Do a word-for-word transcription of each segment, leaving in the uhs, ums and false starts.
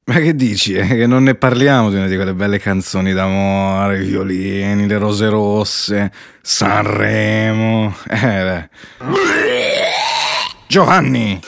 Ma che dici? Eh? Che non ne parliamo di una di quelle belle canzoni d'amore, i violini, le rose rosse, Sanremo. Eh, beh. Giovanni!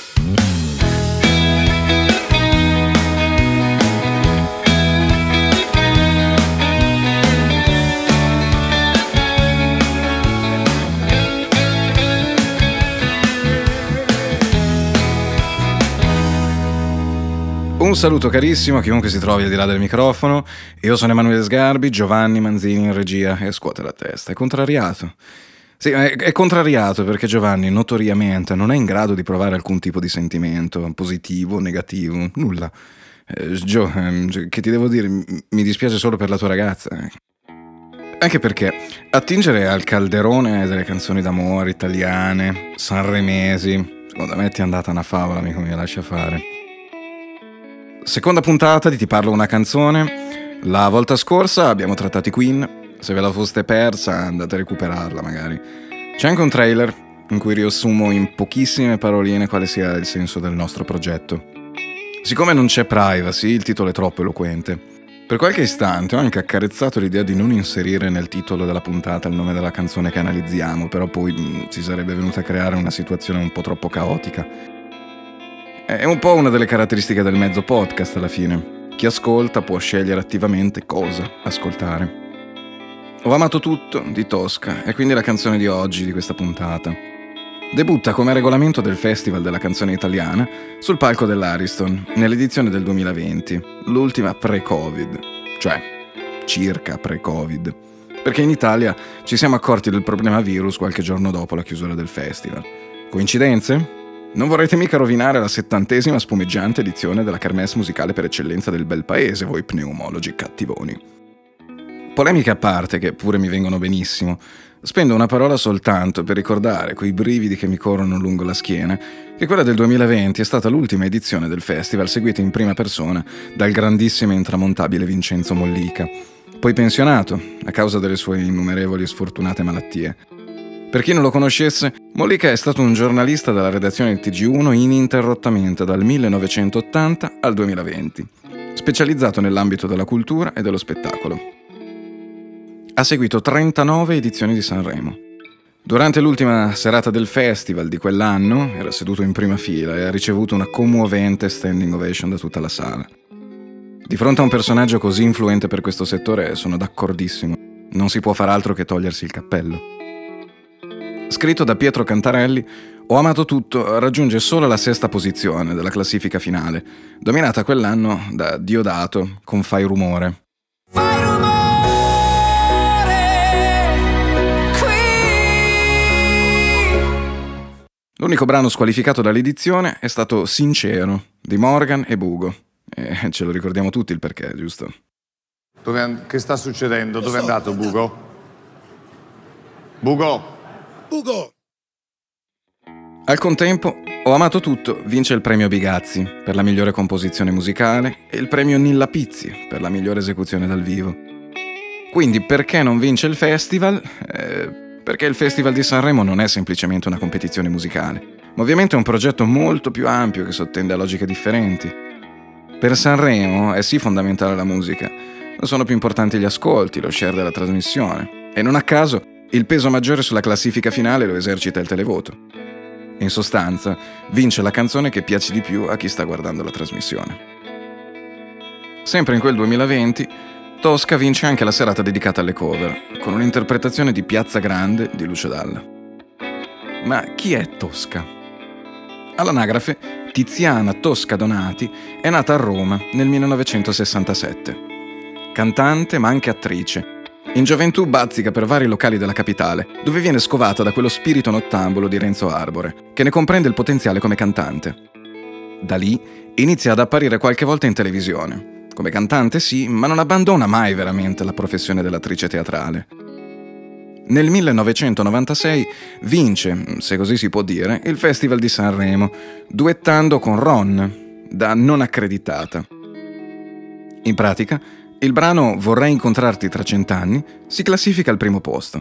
Un saluto carissimo a chiunque si trovi al di là del microfono. Io sono Emanuele Sgarbi, Giovanni Manzini in regia e scuote la testa. È contrariato. Sì, è, è contrariato perché Giovanni notoriamente non è in grado di provare alcun tipo di sentimento, positivo, negativo, nulla. Eh, Gio, eh, che ti devo dire, mi dispiace solo per la tua ragazza. Eh. Anche perché attingere al calderone delle canzoni d'amore italiane, sanremesi, secondo me ti è andata una favola, amico mio, lascia fare. Seconda puntata di Ti parlo una canzone. La volta scorsa abbiamo trattato i Queen. Se ve la foste persa andate a recuperarla magari. C'è anche un trailer in cui riassumo in pochissime paroline quale sia il senso del nostro progetto. Siccome non c'è privacy, il titolo è troppo eloquente. Per qualche istante ho anche accarezzato l'idea di non inserire nel titolo della puntata il nome della canzone che analizziamo, però poi mh, si sarebbe venuta a creare una situazione un po' troppo caotica. È un po' una delle caratteristiche del mezzo podcast alla fine. Chi ascolta può scegliere attivamente cosa ascoltare. Ho amato tutto di Tosca e quindi la canzone di oggi, di questa puntata. Debutta come regolamento del Festival della canzone italiana sul palco dell'Ariston nell'edizione del duemilaventi, l'ultima pre-Covid, cioè circa pre-Covid, perché in Italia ci siamo accorti del problema virus qualche giorno dopo la chiusura del festival. Coincidenze? Non vorrete mica rovinare la settantesima spumeggiante edizione della kermesse musicale per eccellenza del bel paese, voi pneumologi cattivoni. Polemiche a parte, che pure mi vengono benissimo, spendo una parola soltanto per ricordare quei brividi che mi corrono lungo la schiena, che quella del duemilaventi è stata l'ultima edizione del festival seguita in prima persona dal grandissimo e intramontabile Vincenzo Mollica, poi pensionato a causa delle sue innumerevoli e sfortunate malattie. Per chi non lo conoscesse, Mollica è stato un giornalista della redazione del T G uno ininterrottamente dal millenovecentottanta al duemilaventi, specializzato nell'ambito della cultura e dello spettacolo. Ha seguito trentanove edizioni di Sanremo. Durante l'ultima serata del festival di quell'anno, era seduto in prima fila e ha ricevuto una commovente standing ovation da tutta la sala. Di fronte a un personaggio così influente per questo settore sono d'accordissimo, non si può far altro che togliersi il cappello. Scritto da Pietro Cantarelli, Ho amato tutto raggiunge solo la sesta posizione della classifica finale, dominata quell'anno da Diodato con Fai rumore. Fai rumore qui. L'unico brano squalificato dall'edizione è stato Sincero di Morgan e Bugo. E ce lo ricordiamo tutti il perché, giusto? Dove an- che sta succedendo? Dove è andato Bugo? Bugo! Bugo! Al contempo, Ho amato tutto vince il premio Bigazzi per la migliore composizione musicale e il premio Nilla Pizzi per la migliore esecuzione dal vivo. Quindi perché non vince il festival? Eh, perché il Festival di Sanremo non è semplicemente una competizione musicale, ma ovviamente è un progetto molto più ampio che sottende a logiche differenti. Per Sanremo è sì fondamentale la musica, ma sono più importanti gli ascolti, lo share della trasmissione. E non a caso, il peso maggiore sulla classifica finale lo esercita il televoto. In sostanza, vince la canzone che piace di più a chi sta guardando la trasmissione. Sempre in quel duemilaventi, Tosca vince anche la serata dedicata alle cover, con un'interpretazione di Piazza Grande di Lucio Dalla. Ma chi è Tosca? All'anagrafe, Tiziana Tosca Donati è nata a Roma nel millenovecentosessantasette. Cantante ma anche attrice. In gioventù bazzica per vari locali della capitale, dove viene scovata da quello spirito nottambolo di Renzo Arbore, che ne comprende il potenziale come cantante. Da lì inizia ad apparire qualche volta in televisione. Come cantante sì, ma non abbandona mai veramente la professione dell'attrice teatrale. Nel millenovecentonovantasei vince, se così si può dire, il Festival di Sanremo, duettando con Ron, da non accreditata. In pratica, il brano Vorrei incontrarti tra cent'anni si classifica al primo posto.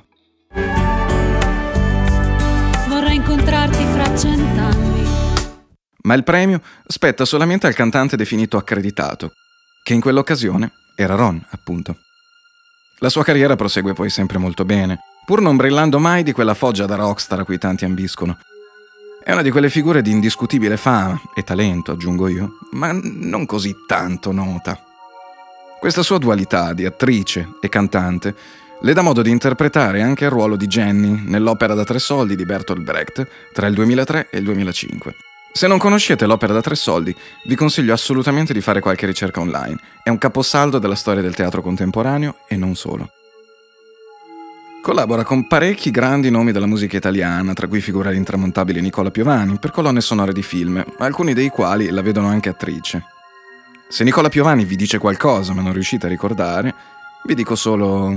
Vorrei incontrarti fra cent'anni. Ma il premio spetta solamente al cantante definito accreditato, che in quell'occasione era Ron, appunto. La sua carriera prosegue poi sempre molto bene, pur non brillando mai di quella foggia da rockstar a cui tanti ambiscono. È una di quelle figure di indiscutibile fama e talento, aggiungo io, ma non così tanto nota. Questa sua dualità di attrice e cantante le dà modo di interpretare anche il ruolo di Jenny nell'Opera da tre soldi di Bertolt Brecht tra il duemilatré e il duemilacinque. Se non conoscete l'Opera da tre soldi, vi consiglio assolutamente di fare qualche ricerca online. È un caposaldo della storia del teatro contemporaneo e non solo. Collabora con parecchi grandi nomi della musica italiana, tra cui figura l'intramontabile Nicola Piovani, per colonne sonore di film, alcuni dei quali la vedono anche attrice. Se Nicola Piovani vi dice qualcosa ma non riuscite a ricordare, vi dico solo...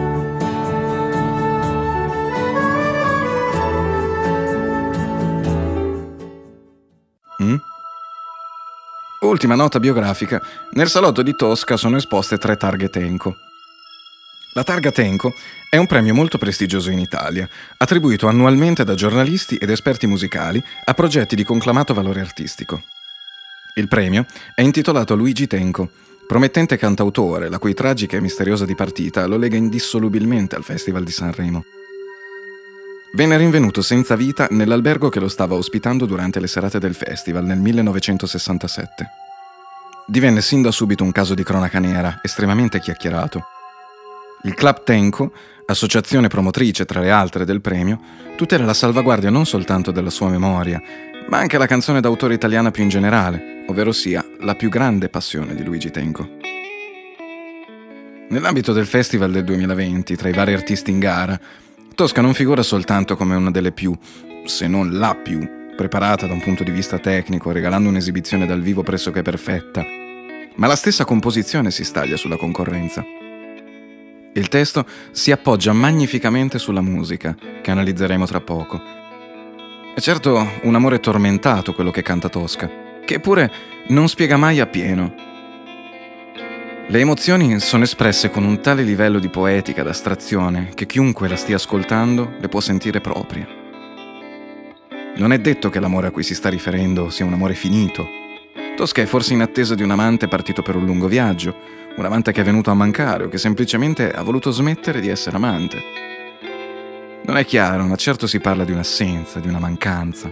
Mm? Ultima nota biografica. Nel salotto di Tosca sono esposte tre targhe Tenco. La targa Tenco è un premio molto prestigioso in Italia, attribuito annualmente da giornalisti ed esperti musicali a progetti di conclamato valore artistico. Il premio è intitolato a Luigi Tenco, promettente cantautore, la cui tragica e misteriosa dipartita lo lega indissolubilmente al Festival di Sanremo. Venne rinvenuto senza vita nell'albergo che lo stava ospitando durante le serate del festival nel millenovecentosessantasette. Divenne sin da subito un caso di cronaca nera, estremamente chiacchierato. Il Club Tenco, associazione promotrice tra le altre del premio, tutela la salvaguardia non soltanto della sua memoria, ma anche la canzone d'autore italiana più in generale, ovvero sia la più grande passione di Luigi Tenco. Nell'ambito del festival del duemilaventi, tra i vari artisti in gara, Tosca non figura soltanto come una delle più, se non la più, preparata da un punto di vista tecnico, regalando un'esibizione dal vivo pressoché perfetta, ma la stessa composizione si staglia sulla concorrenza. Il testo si appoggia magnificamente sulla musica, che analizzeremo tra poco. È certo un amore tormentato quello che canta Tosca, che eppure non spiega mai appieno. Le emozioni sono espresse con un tale livello di poetica ed astrazione che chiunque la stia ascoltando le può sentire proprie. Non è detto che l'amore a cui si sta riferendo sia un amore finito. Tosca è forse in attesa di un amante partito per un lungo viaggio, un amante che è venuto a mancare o che semplicemente ha voluto smettere di essere amante. Non è chiaro, ma certo si parla di un'assenza, di una mancanza.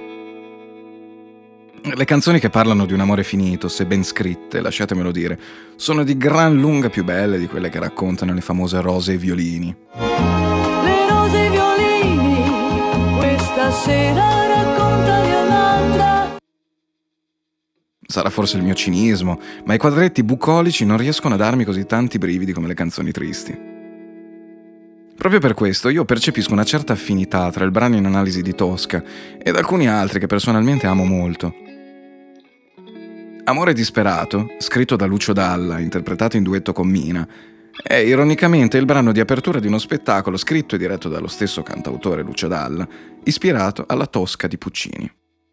Le canzoni che parlano di un amore finito, se ben scritte, lasciatemelo dire, sono di gran lunga più belle di quelle che raccontano le famose rose e violini. Le rose e violini, questa sera raccontali un'altra. Sarà forse il mio cinismo, ma i quadretti bucolici non riescono a darmi così tanti brividi come le canzoni tristi. Proprio per questo io percepisco una certa affinità tra il brano in analisi di Tosca ed alcuni altri che personalmente amo molto. Amore disperato, scritto da Lucio Dalla, interpretato in duetto con Mina, è ironicamente il brano di apertura di uno spettacolo scritto e diretto dallo stesso cantautore Lucio Dalla, ispirato alla Tosca di Puccini.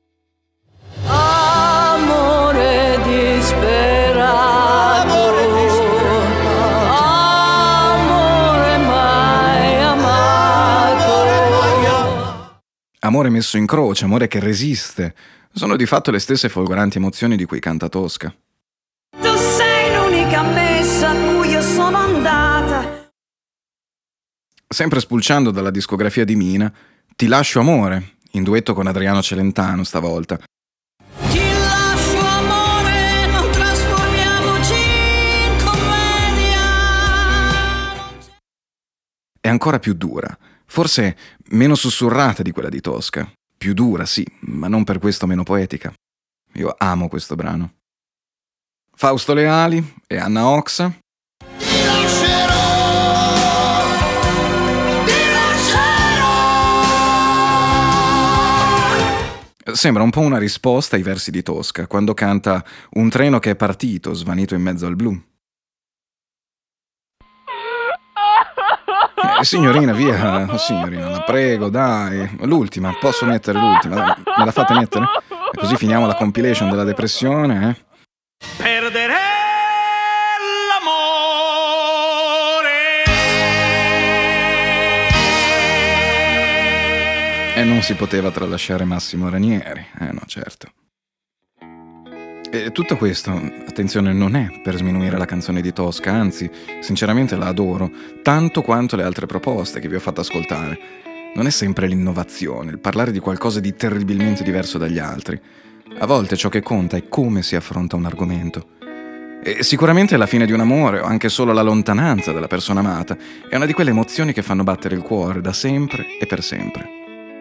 Amore disperato, amore mai amato. Amore messo in croce, amore che resiste, sono di fatto le stesse folgoranti emozioni di cui canta Tosca. Tu sei l'unica messa a cui io sono andata. Sempre spulciando dalla discografia di Mina, Ti lascio amore, in duetto con Adriano Celentano stavolta. Ti lascio amore, non trasformiamoci in commedia. È ancora più dura, forse meno sussurrata di quella di Tosca. Più dura, sì, ma non per questo meno poetica. Io amo questo brano. Fausto Leali e Anna Oxa. Ti lascerò, ti lascerò. Sembra un po' una risposta ai versi di Tosca, quando canta Un treno che è partito, svanito in mezzo al blu. Eh, signorina, via, oh, signorina, la prego, dai. L'ultima, posso mettere l'ultima? Me la fate mettere? E così finiamo la compilation della depressione, eh? Perdere l'amore. E non si poteva tralasciare Massimo Ranieri, eh no, certo. E tutto questo, attenzione, non è per sminuire la canzone di Tosca, anzi, sinceramente la adoro, tanto quanto le altre proposte che vi ho fatto ascoltare. Non è sempre l'innovazione, il parlare di qualcosa di terribilmente diverso dagli altri. A volte ciò che conta è come si affronta un argomento. E sicuramente la fine di un amore, o anche solo la lontananza della persona amata, è una di quelle emozioni che fanno battere il cuore da sempre e per sempre.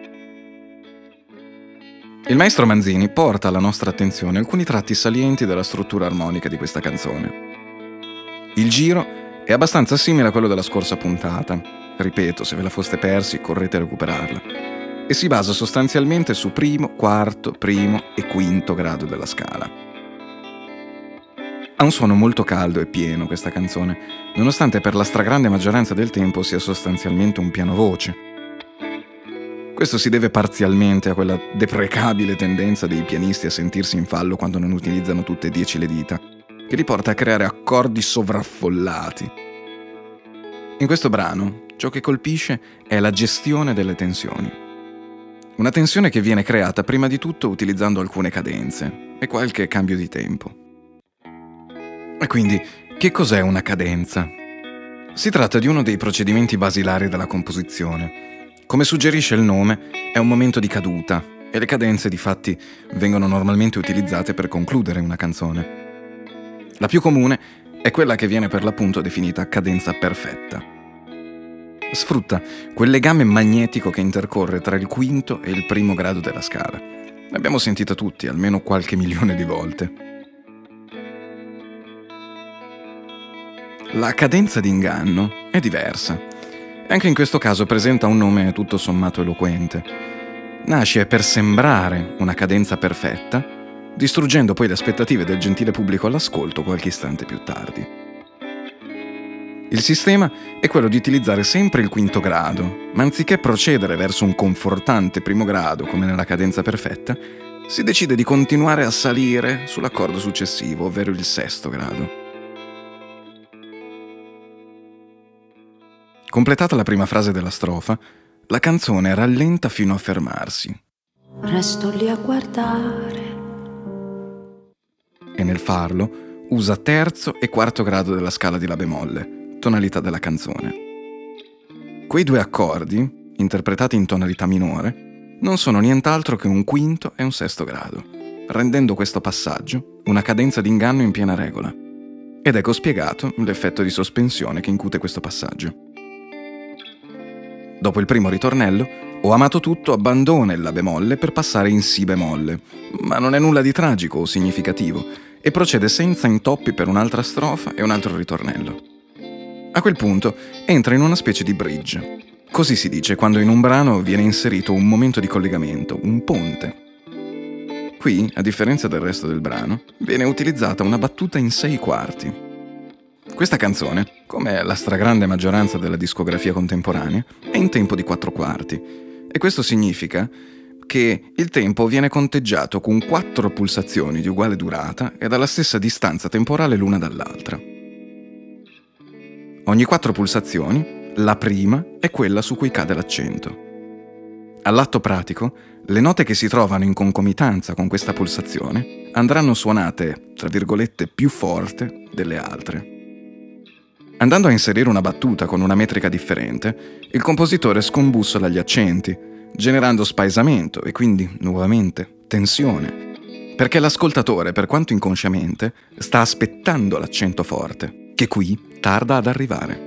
Il maestro Manzini porta alla nostra attenzione alcuni tratti salienti della struttura armonica di questa canzone. Il giro è abbastanza simile a quello della scorsa puntata. Ripeto, se ve la foste persi, correte a recuperarla. E si basa sostanzialmente su primo, quarto, primo e quinto grado della scala. Ha un suono molto caldo e pieno questa canzone, nonostante per la stragrande maggioranza del tempo sia sostanzialmente un pianovoce. Questo si deve parzialmente a quella deprecabile tendenza dei pianisti a sentirsi in fallo quando non utilizzano tutte e dieci le dita, che li porta a creare accordi sovraffollati. In questo brano, ciò che colpisce è la gestione delle tensioni. Una tensione che viene creata prima di tutto utilizzando alcune cadenze e qualche cambio di tempo. E quindi, che cos'è una cadenza? Si tratta di uno dei procedimenti basilari della composizione. Come suggerisce il nome, è un momento di caduta, e le cadenze difatti vengono normalmente utilizzate per concludere una canzone. La più comune è quella che viene per l'appunto definita cadenza perfetta. Sfrutta quel legame magnetico che intercorre tra il quinto e il primo grado della scala. L'abbiamo sentita tutti almeno qualche milione di volte. La cadenza d'inganno è diversa. Anche in questo caso presenta un nome tutto sommato eloquente. Nasce per sembrare una cadenza perfetta, distruggendo poi le aspettative del gentile pubblico all'ascolto qualche istante più tardi. Il sistema è quello di utilizzare sempre il quinto grado, ma anziché procedere verso un confortante primo grado come nella cadenza perfetta, si decide di continuare a salire sull'accordo successivo, ovvero il sesto grado. Completata la prima frase della strofa, la canzone rallenta fino a fermarsi. Resto lì a guardare. E nel farlo usa terzo e quarto grado della scala di La bemolle, tonalità della canzone. Quei due accordi, interpretati in tonalità minore, non sono nient'altro che un quinto e un sesto grado, rendendo questo passaggio una cadenza d'inganno in piena regola. Ed ecco spiegato l'effetto di sospensione che incute questo passaggio. Dopo il primo ritornello, Ho amato tutto abbandona il La bemolle per passare in Si bemolle, ma non è nulla di tragico o significativo, e procede senza intoppi per un'altra strofa e un altro ritornello. A quel punto entra in una specie di bridge. Così si dice quando in un brano viene inserito un momento di collegamento, un ponte. Qui, a differenza del resto del brano, viene utilizzata una battuta in sei quarti. Questa canzone, come la stragrande maggioranza della discografia contemporanea, è in tempo di quattro quarti, e questo significa che il tempo viene conteggiato con quattro pulsazioni di uguale durata e dalla stessa distanza temporale l'una dall'altra. Ogni quattro pulsazioni, la prima è quella su cui cade l'accento. All'atto pratico, le note che si trovano in concomitanza con questa pulsazione andranno suonate, tra virgolette, più forte delle altre. Andando a inserire una battuta con una metrica differente, il compositore scombussola gli accenti, generando spaesamento e quindi, nuovamente, tensione, perché l'ascoltatore, per quanto inconsciamente, sta aspettando l'accento forte, che qui tarda ad arrivare.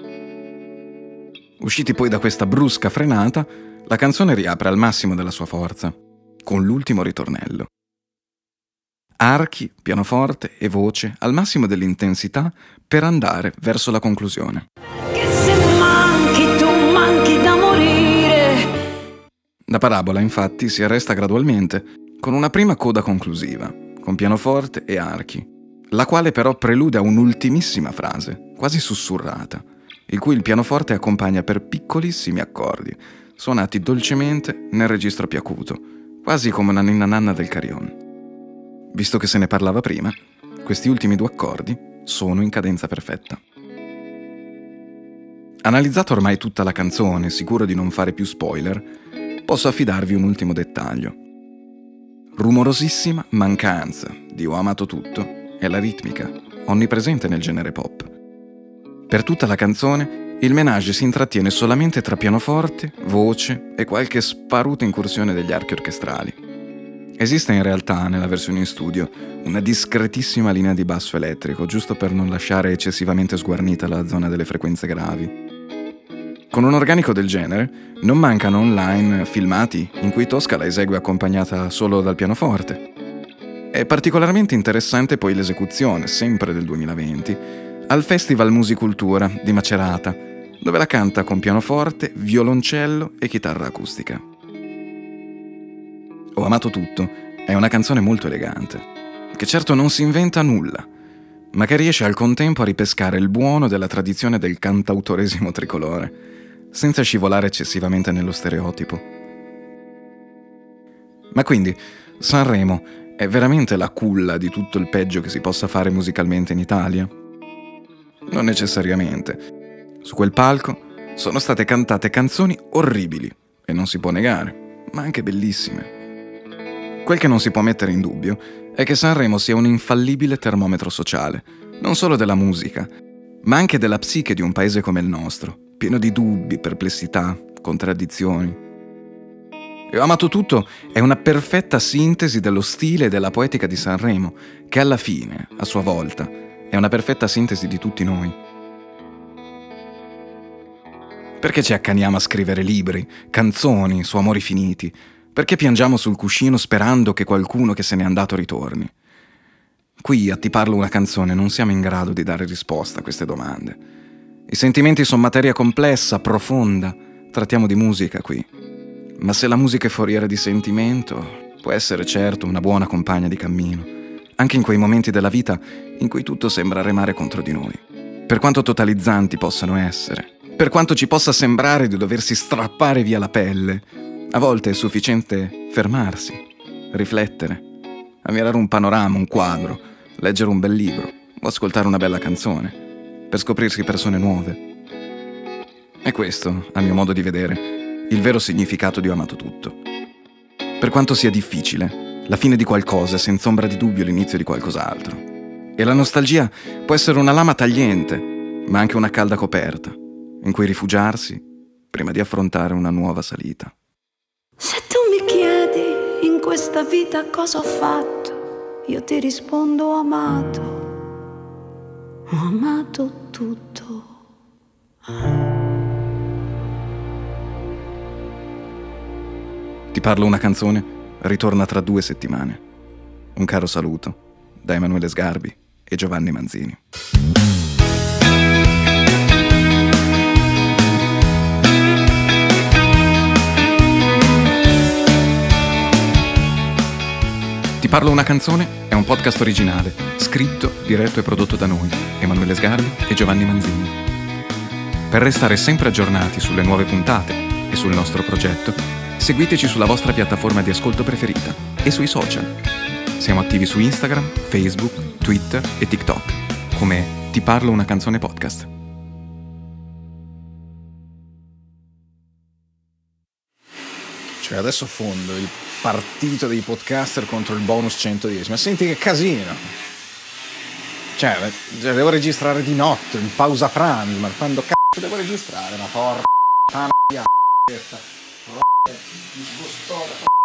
Usciti poi da questa brusca frenata, la canzone riapre al massimo della sua forza, con l'ultimo ritornello. Archi, pianoforte e voce al massimo dell'intensità per andare verso la conclusione. Che se manchi tu manchi da morire. La parabola infatti si arresta gradualmente con una prima coda conclusiva, con pianoforte e archi, la quale però prelude a un'ultimissima frase, quasi sussurrata, il cui il pianoforte accompagna per piccolissimi accordi, suonati dolcemente nel registro più acuto, quasi come una ninna nanna del carillon. Visto che se ne parlava prima, questi ultimi due accordi sono in cadenza perfetta. Analizzata ormai tutta la canzone, sicuro di non fare più spoiler, posso affidarvi un ultimo dettaglio. Rumorosissima mancanza di Ho amato tutto è la ritmica, onnipresente nel genere pop. Per tutta la canzone, il Ménage si intrattiene solamente tra pianoforte, voce e qualche sparuta incursione degli archi orchestrali. Esiste in realtà, nella versione in studio, una discretissima linea di basso elettrico, giusto per non lasciare eccessivamente sguarnita la zona delle frequenze gravi. Con un organico del genere, non mancano online filmati in cui Tosca la esegue accompagnata solo dal pianoforte. È particolarmente interessante poi l'esecuzione, sempre del duemilaventi, al Festival Musicultura di Macerata, dove la canta con pianoforte, violoncello e chitarra acustica. Ho amato tutto è una canzone molto elegante, che certo non si inventa nulla, ma che riesce al contempo a ripescare il buono della tradizione del cantautoresimo tricolore, senza scivolare eccessivamente nello stereotipo. Ma quindi, Sanremo è veramente la culla di tutto il peggio che si possa fare musicalmente in Italia? Non necessariamente. Su quel palco sono state cantate canzoni orribili, e non si può negare, ma anche bellissime. Quel che non si può mettere in dubbio è che Sanremo sia un infallibile termometro sociale, non solo della musica, ma anche della psiche di un paese come il nostro, pieno di dubbi, perplessità, contraddizioni. E Ho amato tutto è una perfetta sintesi dello stile e della poetica di Sanremo, che alla fine, a sua volta, è una perfetta sintesi di tutti noi. Perché ci accaniamo a scrivere libri, canzoni su amori finiti? Perché piangiamo sul cuscino sperando che qualcuno che se n'è andato ritorni? Qui, a Ti parlo una canzone, non siamo in grado di dare risposta a queste domande. I sentimenti sono materia complessa, profonda. Trattiamo di musica qui. Ma se la musica è foriera di sentimento, può essere certo una buona compagna di cammino, anche in quei momenti della vita in cui tutto sembra remare contro di noi. Per quanto totalizzanti possano essere, per quanto ci possa sembrare di doversi strappare via la pelle, a volte è sufficiente fermarsi, riflettere, ammirare un panorama, un quadro, leggere un bel libro o ascoltare una bella canzone, per scoprirsi persone nuove. È questo, a mio modo di vedere, il vero significato di Ho amato tutto. Per quanto sia difficile, la fine di qualcosa è senza ombra di dubbio l'inizio di qualcos'altro. E la nostalgia può essere una lama tagliente, ma anche una calda coperta, in cui rifugiarsi prima di affrontare una nuova salita. Se tu mi chiedi in questa vita cosa ho fatto, io ti rispondo ho amato, ho amato tutto. Ti parlo una canzone, ritorna tra due settimane. Un caro saluto da Emanuele Sgarbi e Giovanni Manzini. Ti parlo una canzone è un podcast originale, scritto, diretto e prodotto da noi, Emanuele Sgarbi e Giovanni Manzini. Per restare sempre aggiornati sulle nuove puntate e sul nostro progetto, seguiteci sulla vostra piattaforma di ascolto preferita e sui social. Siamo attivi su Instagram, Facebook, Twitter e TikTok, come Ti parlo una canzone podcast. Cioè adesso fondo il partito dei podcaster contro il bonus centodieci, ma senti che casino, cioè devo registrare di notte in pausa pranzo, ma quando cazzo devo registrare? Ma porca questa disgustosa